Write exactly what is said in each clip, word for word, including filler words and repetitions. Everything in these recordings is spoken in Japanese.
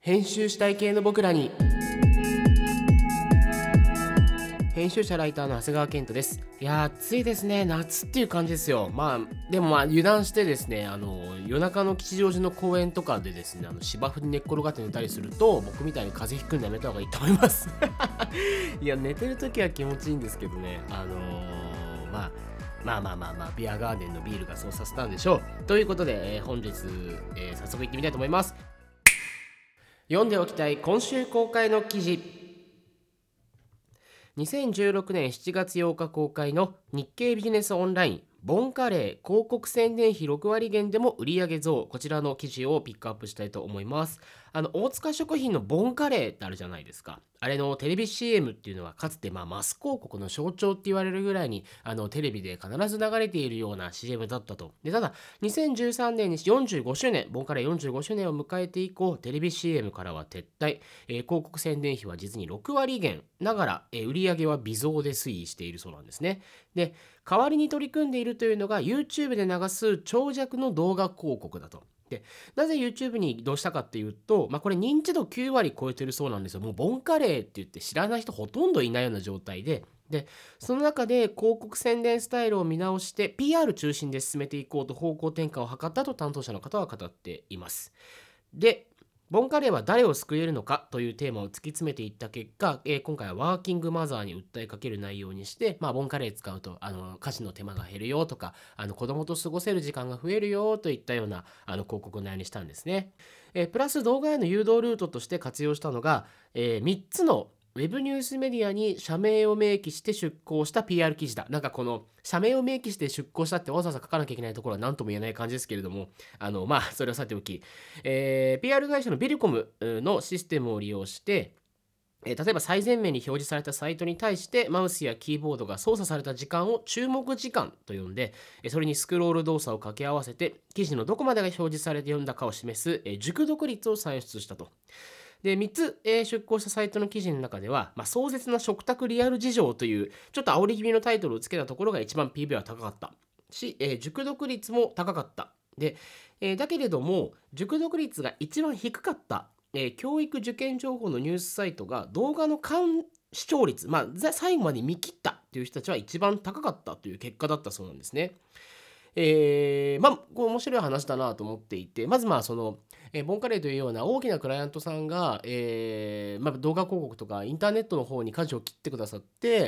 編集したい系の僕らに。編集者ライターの長谷川健人です。いやー暑いですね。夏っていう感じですよ。まあでもまあ油断してですね、あの夜中の吉祥寺の公園とかでですね、あの芝生に寝っ転がって寝たりすると、僕みたいに風邪ひくんでやめた方がいいと思いますいや寝てる時は気持ちいいんですけどね、あのー、まあまあまあまあまあビアガーデンのビールがそうさせたんでしょう。ということで、えー本日、えー早速行ってみたいと思います。読んでおきたい今週公開の記事。にせんじゅうろくねんしちがつようか公開の日経ビジネスオンラインボンカレー広告宣伝費ろくわり減でも売上増、こちらの記事をピックアップしたいと思います。あの大塚食品のボンカレーってあるじゃないですか。あれのテレビ シーエム っていうのはかつてまあマス広告の象徴って言われるぐらいにあのテレビで必ず流れているような シーエム だったと。でただにせんじゅうさんねんによんじゅうごしゅうねんボンカレーよんじゅうごしゅうねんを迎えて以降テレビ シーエム からは撤退、えー広告宣伝費は実にろくわり減ながら、えー売上は微増で推移しているそうなんですね。で代わりに取り組んでいるというのが YouTube で流す長尺の動画広告だと。でなぜ YouTube に移動したかっていうと、まあ、これ認知度きゅうわり超えてるそうなんですよ。もうボンカレーって言って知らない人ほとんどいないような状態で、でその中で広告宣伝スタイルを見直して ピーアール 中心で進めていこうと方向転換を図ったと担当者の方は語っています。でボンカレーは誰を救えるのかというテーマを突き詰めていった結果、えー今回はワーキングマザーに訴えかける内容にして、まあ、ボンカレー使うとあの家事の手間が減るよとか、あの子供と過ごせる時間が増えるよといったようなあの広告を内容にしたんですね。えープラス動画への誘導ルートとして活用したのが、えーみっつのウェブニュースメディアに社名を明記して出稿した ピーアール 記事だ。なんかこの社名を明記して出稿したってわざわざ書かなきゃいけないところは何とも言えない感じですけれども、あのまあそれはさておき、えー ピーアール 会社のビルコムのシステムを利用して、えー例えば最前面に表示されたサイトに対してマウスやキーボードが操作された時間を注目時間と呼んで、えーそれにスクロール動作を掛け合わせて記事のどこまでが表示されて読んだかを示す、えー熟読率を算出したと。でみっつ、えー出稿したサイトの記事の中では、まあ、壮絶な食卓リアル事情というちょっと煽り気味のタイトルをつけたところが一番 ピーブイ は高かったし、えー熟読率も高かった。で、えーだけれども熟読率が一番低かった、えー教育受験情報のニュースサイトが動画の鑑視聴率、まあ、ざ最後まで見切ったっていう人たちは一番高かったという結果だったそうなんですね。えーまあ、これ面白い話だなと思っていて、まずまあその、えーボンカレーというような大きなクライアントさんが、えーまあ、動画広告とかインターネットの方に舵を切ってくださって、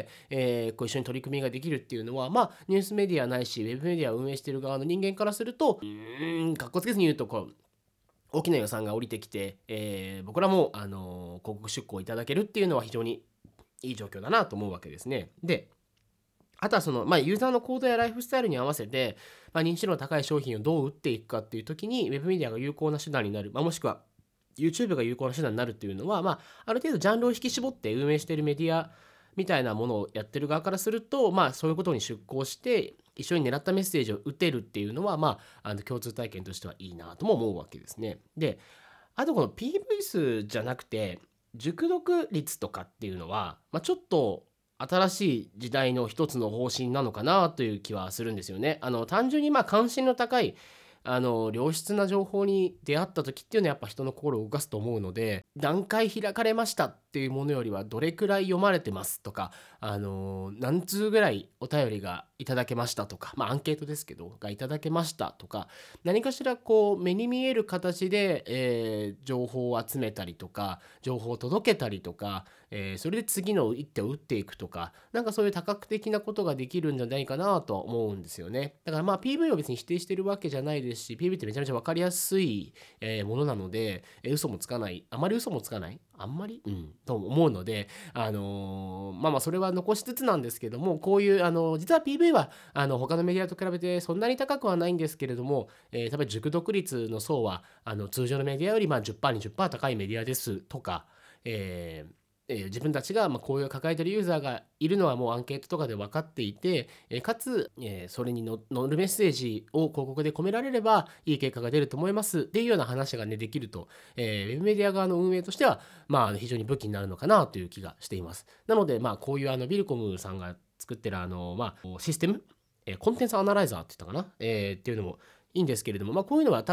えーこう一緒に取り組みができるっていうのは、まあ、ニュースメディアないしウェブメディアを運営している側の人間からすると、うーんかっこつけずに言うとこう大きな予算が降りてきて、えー僕らも、あのー広告出稿いただけるっていうのは非常にいい状況だなと思うわけですね。であとはその、まあ、ユーザーの行動やライフスタイルに合わせて、まあ、認知度の高い商品をどう売っていくかっていう時にウェブメディアが有効な手段になる、まあ、もしくは YouTube が有効な手段になるっていうのは、まあ、ある程度ジャンルを引き絞って運営しているメディアみたいなものをやってる側からすると、まあ、そういうことに出向して一緒に狙ったメッセージを打てるっていうのは、まあ、あの共通体験としてはいいなとも思うわけですね。であとこの ピーブイ 数じゃなくて熟読率とかっていうのは、まあ、ちょっと新しい時代の一つの方針なのかなという気はするんですよね。あの単純にまあ関心の高いあの良質な情報に出会った時っていうのはやっぱ人の心を動かすと思うので、何回開かれましたっていうものよりはどれくらい読まれてますとか、あの何通ぐらいお便りがいただけましたとか、まあアンケートですけどがいただけましたとか、何かしらこう目に見える形で、えー情報を集めたりとか情報を届けたりとか、えーそれで次の一手を打っていくとか、なんかそういう多角的なことができるんじゃないかなとは思うんですよね。だからまあ ピーブイ を別に否定してるわけじゃないですし、 ピーブイ ってめちゃめちゃ分かりやすい、えーものなので、えー嘘もつかない、あまり嘘もつかないあんまりうんと思うので、あのーまあまあそれは残しつつなんですけども、こういうあの実は ピーブイ はあの他のメディアと比べてそんなに高くはないんですけれども、えー、多分熟読率の層はあの通常のメディアよりまあ じゅっパーセント にじゅっパーセント 高いメディアですとか、えーえー自分たちがまあこういう抱えているユーザーがいるのはもうアンケートとかで分かっていて、えーかつ、えーそれにの乗るメッセージを広告で込められればいい結果が出ると思いますっていうような話がねできると、えーウェブメディア側の運営としてはまあ非常に武器になるのかなという気がしています。なのでまあこういうあのビルコムさんが作ってるあのまあシステム、えーコンテンツアナライザーって言ったかな、えーっていうのもいいんですけれども、まあ、こういうのは多分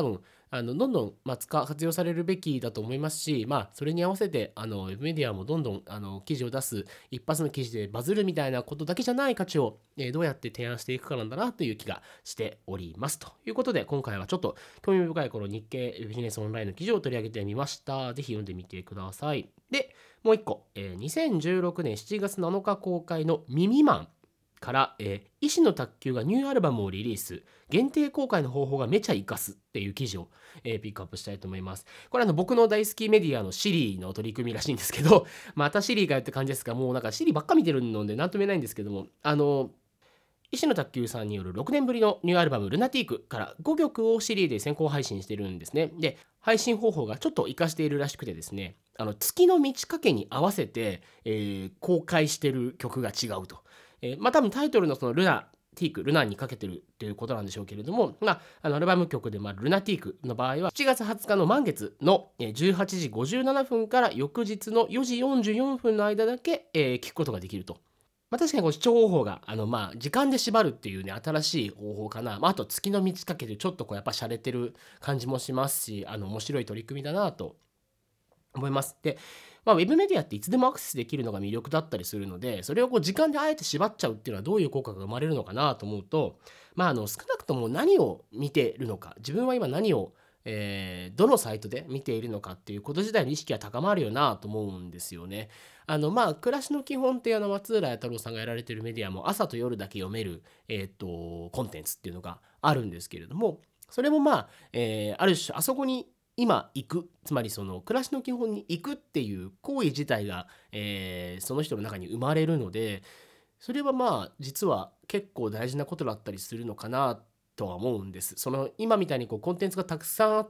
あのどんどん、まあ、使活用されるべきだと思いますし、まあ、それに合わせてあのウェブメディアもどんどんあの記事を出す、一発の記事でバズるみたいなことだけじゃない価値を、えーどうやって提案していくかなんだなという気がしております。ということで、今回はちょっと興味深いこの日経ビジネスオンラインの記事を取り上げてみました。ぜひ読んでみてください。で、もう一個、えーにせんじゅうろくねんしちがつなのか公開の耳マンから、えー、医師の卓球がニューアルバムをリリース、限定公開の方法がめちゃ活かすっていう記事を、えーピックアップしたいと思います。これあの僕の大好きメディアのシリの取り組みらしいんですけど、またシリかよって感じですが、もうなんかシリばっか見てるので何とも言えないんですけども、あの医師の卓球さんによるろくねんぶりのニューアルバムルナティークからごきょくをシリーで先行配信してるんですね。で、配信方法がちょっと活かしているらしくてですね、あの月の満ち欠けに合わせて、えー公開してる曲が違うと。えーまあ多分タイトルのそのルナティーク、ルナにかけてるっていうことなんでしょうけれども、まあ、あのアルバム曲で、まあ、ルナティークの場合はしちがつはつかの満月のえーじゅうはちじごじゅうななふんから翌日のよじよんじゅうよんぷんの間だけ、えー聞くことができると。まあ、確かにこう視聴方法があのまあ時間で縛るっていうね、新しい方法かな、まあ、あと月の満ち欠けでちょっとこうやっぱ洒落てる感じもしますし、あの面白い取り組みだなと思います。で、まあ、ウェブメディアっていつでもアクセスできるのが魅力だったりするので、それをこう時間であえて縛っちゃうっていうのはどういう効果が生まれるのかなと思うと、まあ、あの少なくとも何を見ているのか、自分は今何を、えーどのサイトで見ているのかっていうこと自体の意識が高まるよなと思うんですよね。あのまあ暮らしの基本っていうあの松浦弥太郎さんがやられてるメディアも朝と夜だけ読める、えー、とコンテンツっていうのがあるんですけれども、それもまあ、えーある種あそこに今行く、つまりその暮らしの基本に行くっていう行為自体が、えーその人の中に生まれるので、それはまあ実は結構大事なことだったりするのかなとは思うんです。その今みたいにこうコンテンツがたくさんあって、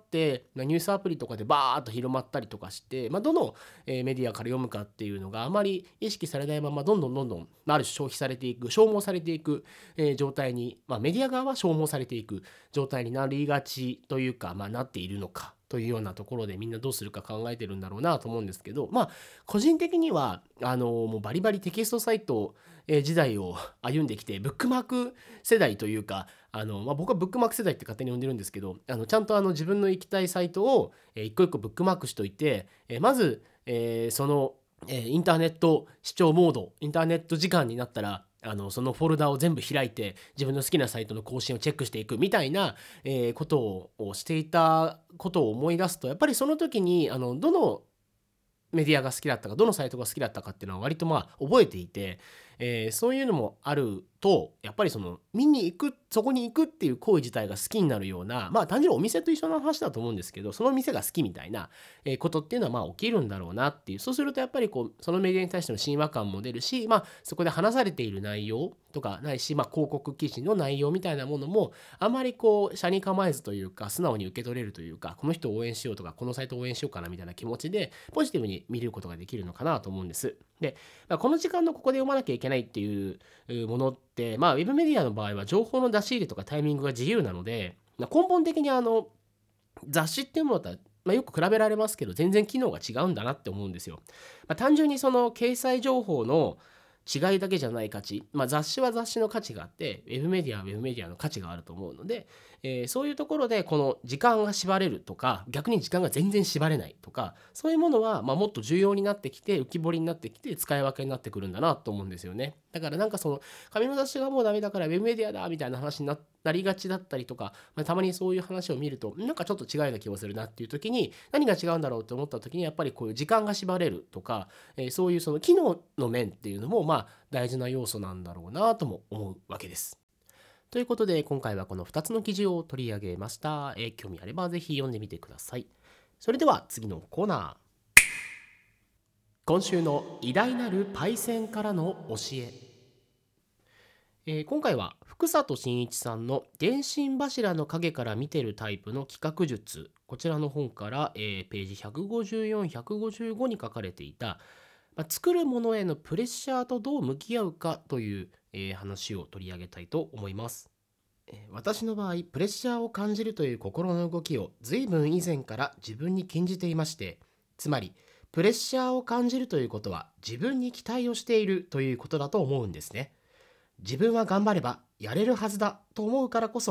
まあニュースアプリとかでバーッと広まったりとかして、まあ、どのえーメディアから読むかっていうのがあまり意識されないままどんどんどんどん、まあある種消費されていく、消耗されていく、えー状態に、まあ、メディア側は消耗されていく状態になりがちというか、まあ、なっているのかというようなところで、みんなどうするか考えてるんだろうなと思うんですけど、まあ個人的にはあのもうバリバリテキストサイトえー時代を歩んできて、ブックマーク世代というか、あの、まあ、僕はブックマーク世代って勝手に呼んでるんですけど、あのちゃんとあの自分の行きたいサイトを、えー一個一個ブックマークしといて、えーまず、えーその、えーインターネット視聴モード、インターネット時間になったら、あのそのフォルダを全部開いて自分の好きなサイトの更新をチェックしていくみたいな、えーことをしていたことを思い出すと、やっぱりその時にあのどのメディアが好きだったか、どのサイトが好きだったかっていうのは割とまあ覚えていて、えーそういうのもあると、やっぱりその見に行く、そこに行くっていう行為自体が好きになるような、まあ単純にお店と一緒の話だと思うんですけど、その店が好きみたいなえーことっていうのはまあ起きるんだろうなっていう。そうするとやっぱりこうそのメディアに対しての親和感も出るし、まあそこで話されている内容とかないし、まあ広告記事の内容みたいなものもあまりこう斜に構えずというか、素直に受け取れるというか、この人を応援しようとか、このサイトを応援しようかなみたいな気持ちでポジティブに見ることができるのかなと思うんです。で、まあ、この時間のここで読まなきゃいけないっていううものって、まあウェブメディアの場合は情報の出し入れとかタイミングが自由なので、まあ根本的にあの雑誌っていうものとは、まあ、よく比べられますけど、全然機能が違うんだなって思うんですよ。まあ、単純にその掲載情報の違いだけじゃない価値、まあ、雑誌は雑誌の価値があって、ウェブメディアはウェブメディアの価値があると思うので、えーそういうところでこの時間が縛れるとか、逆に時間が全然縛れないとか、そういうものはまあもっと重要になってきて、浮き彫りになってきて、使い分けになってくるんだなと思うんですよね。だからなんかその紙の雑誌がもうダメだからウェブメディアだみたいな話にななりがちだったりとか、まあ、たまにそういう話を見るとなんかちょっと違うような気もするなっていう時に、何が違うんだろうと思った時に、やっぱりこういう時間が縛れるとか、えーそういうその機能の面っていうのもまあ大事な要素なんだろうなとも思うわけです。ということで今回はこのふたつの記事を取り上げました。えー興味あればぜひ読んでみてください。それでは次のコーナー。今週の偉大なるパイセンからの教え。えー今回は福里真一さんの電信柱の影から見てるタイプの企画術、こちらの本から、えーページひゃくごじゅうよん、ひゃくごじゅうごに書かれていた、まあ作るものへのプレッシャーとどう向き合うかという、えー話を取り上げたいと思います。えー私の場合、プレッシャーを感じるという心の動きを随分以前から自分に禁じていまして、つまりプレッシャーを感じるということは自分に期待をしているということだと思うんですね。自分は頑張ればやれるはずだと思うからこそ、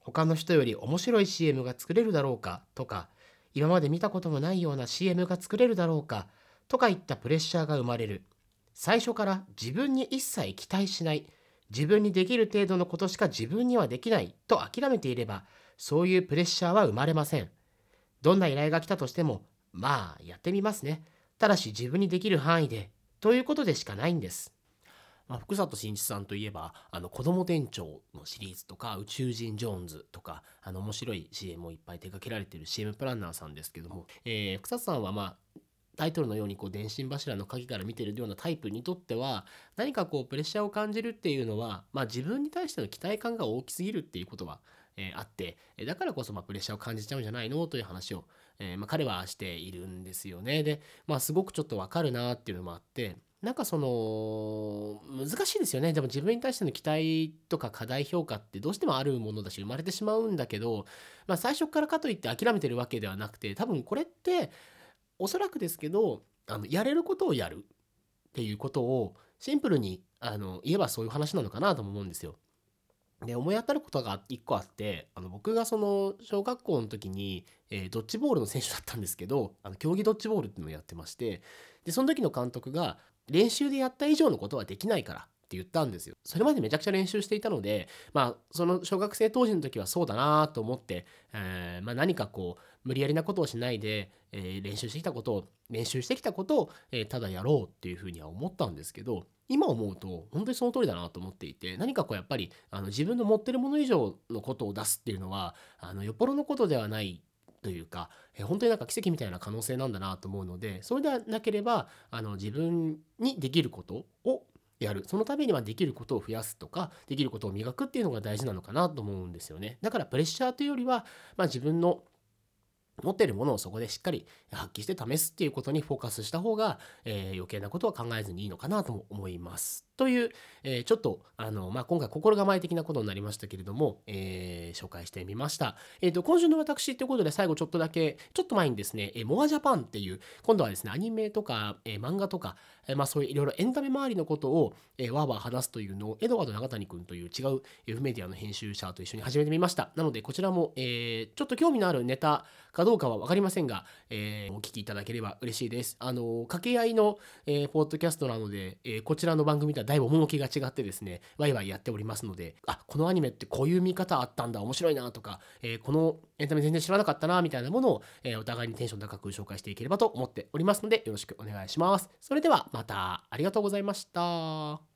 他の人より面白い シーエム が作れるだろうかとか、今まで見たこともないような シーエム が作れるだろうかとかいったプレッシャーが生まれる。最初から自分に一切期待しない、自分にできる程度のことしか自分にはできないと諦めていれば、そういうプレッシャーは生まれません。どんな依頼が来たとしても、まあやってみますね。ただし自分にできる範囲でということでしかないんです。まあ、福里真一さんといえば、あの子供店長のシリーズとか宇宙人ジョーンズとか、あの面白い シーエム をいっぱい手掛けられている シーエム プランナーさんですけども、えー、福里さんはまあタイトルのようにこう電信柱の陰から見ているようなタイプにとっては、何かこうプレッシャーを感じるっていうのは、まあ、自分に対しての期待感が大きすぎるっていうことは、えーあって、だからこそまあプレッシャーを感じちゃうんじゃないのという話を、えーまあ、彼はしているんですよね。で、まあ、すごくちょっとわかるなっていうのもあって、なんかその難しいですよね。でも自分に対しての期待とか課題評価ってどうしてもあるものだし生まれてしまうんだけど、まあ、最初からかといって諦めてるわけではなくて、多分これっておそらくですけど、あのやれることをやるっていうことをシンプルにあの言えばそういう話なのかなとも思うんですよ。で、思い当たることが一個あって、あの僕がその小学校の時に、えードッジボールの選手だったんですけど、あの競技ドッジボールっていうのをやってまして、で、その時の監督が練習でやった以上のことはできないからって言ったんですよ。それまでめちゃくちゃ練習していたので、まあ、その小学生当時の時はそうだなと思って、えーまあ、何かこう、無理やりなことをしないで、えー練習してきたことを、練習してきたことを、えーただやろうっていうふうには思ったんですけど、今思うと本当にその通りだなと思っていて、何かこうやっぱりあの自分の持ってるもの以上のことを出すっていうのはあのよっぽどのことではないというか、え本当になんか奇跡みたいな可能性なんだなと思うので、それではなければあの自分にできることをやる、そのためにはできることを増やすとかできることを磨くっていうのが大事なのかなと思うんですよね。だからプレッシャーというよりは、まあ、自分の持っているものをそこでしっかり発揮して試すっていうことにフォーカスした方が、えー余計なことは考えずにいいのかなとも思います。という、えーちょっとあの、まあ、今回心構え的なことになりましたけれども、えー紹介してみました。えーと、今週の私ということで最後ちょっとだけ、ちょっと前にですね、えーモアジャパンっていう、今度はですね、アニメとか、えー漫画とか、えーまあ、そういういろいろエンタメ周りのことを、えーわーわー話すというのを、エドワード長谷くんという違う F メディアの編集者と一緒に始めてみました。なので、こちらも、えーちょっと興味のあるネタかどうかは分かりませんが、えーお聞きいただければ嬉しいです。あの、掛け合いの、えーポッドキャストなので、えーこちらの番組とはだいぶ趣が違ってですね、ワイワイやっておりますので、あ、このアニメってこういう見方あったんだ、面白いなとか、えーこのエンタメ全然知らなかったな、みたいなものを、えーお互いにテンション高く紹介していければと思っておりますので、よろしくお願いします。それではまた、ありがとうございました。